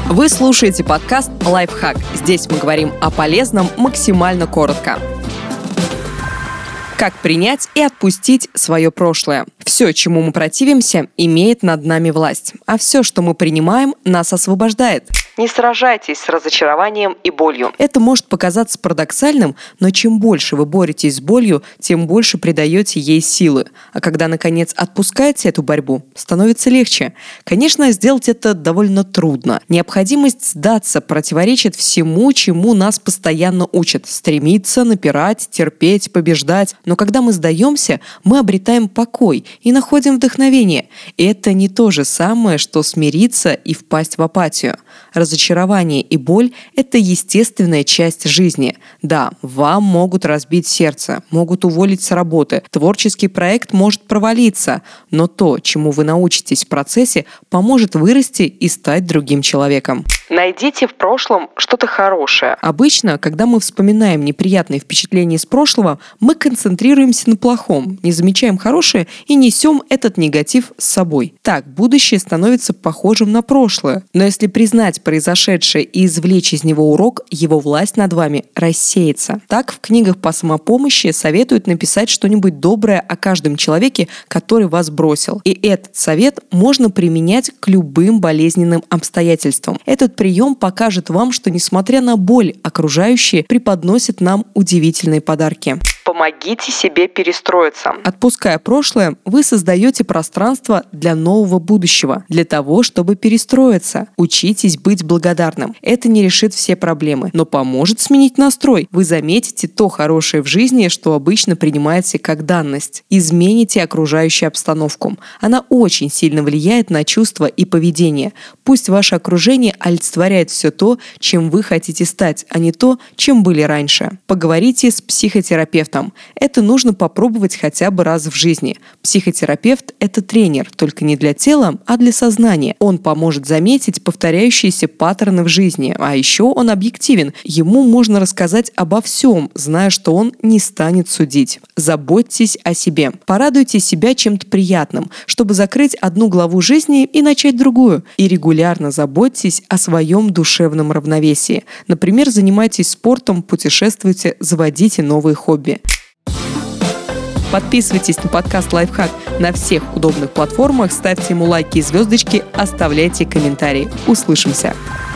Вы слушаете подкаст «Лайфхак». Здесь мы говорим о полезном максимально коротко. Как принять и отпустить свое прошлое? Все, чему мы противимся, имеет над нами власть, а все, что мы принимаем, нас освобождает. Не сражайтесь с разочарованием и болью. Это может показаться парадоксальным, но чем больше вы боретесь с болью, тем больше придаете ей силы. А когда, наконец, отпускаете эту борьбу, становится легче. Конечно, сделать это довольно трудно. Необходимость сдаться противоречит всему, чему нас постоянно учат. Стремиться, напирать, терпеть, побеждать. Но когда мы сдаемся, мы обретаем покой и находим вдохновение. И это не то же самое, что смириться и впасть в апатию. Разочарование и боль – это естественная часть жизни. Да, вам могут разбить сердце, могут уволить с работы, творческий проект может провалиться, но то, чему вы научитесь в процессе, поможет вырасти и стать другим человеком. Найдите в прошлом что-то хорошее. Обычно, когда мы вспоминаем неприятные впечатления из прошлого, мы концентрируемся на плохом, не замечаем хорошее и несем этот негатив с собой. Так, будущее становится похожим на прошлое. Но если признать произошедшее и извлечь из него урок, его власть над вами рассеется. Так, в книгах по самопомощи советуют написать что-нибудь доброе о каждом человеке, который вас бросил. И этот совет можно применять к любым болезненным обстоятельствам. Этот прием покажет вам, что, несмотря на боль, окружающие преподносят нам удивительные подарки. Помогите себе перестроиться. Отпуская прошлое, вы создаете пространство для нового будущего, для того, чтобы перестроиться. Учитесь быть благодарным. Это не решит все проблемы, но поможет сменить настрой. Вы заметите то хорошее в жизни, что обычно принимаете как данность. Измените окружающую обстановку. Она очень сильно влияет на чувства и поведение. Пусть ваше окружение олицетворяет все то, чем вы хотите стать, а не то, чем были раньше. Поговорите с психотерапевтом. Это нужно попробовать хотя бы раз в жизни. Психотерапевт – это тренер, только не для тела, а для сознания. Он поможет заметить повторяющиеся паттерны в жизни, а еще он объективен. Ему можно рассказать обо всем, зная, что он не станет судить. Заботьтесь о себе. Порадуйте себя чем-то приятным, чтобы закрыть одну главу жизни и начать другую. И регулярно заботьтесь о своем душевном равновесии. Например, занимайтесь спортом, путешествуйте, заводите новые хобби. Подписывайтесь на подкаст «Лайфхак» на всех удобных платформах, ставьте ему лайки и звездочки, оставляйте комментарии. Услышимся!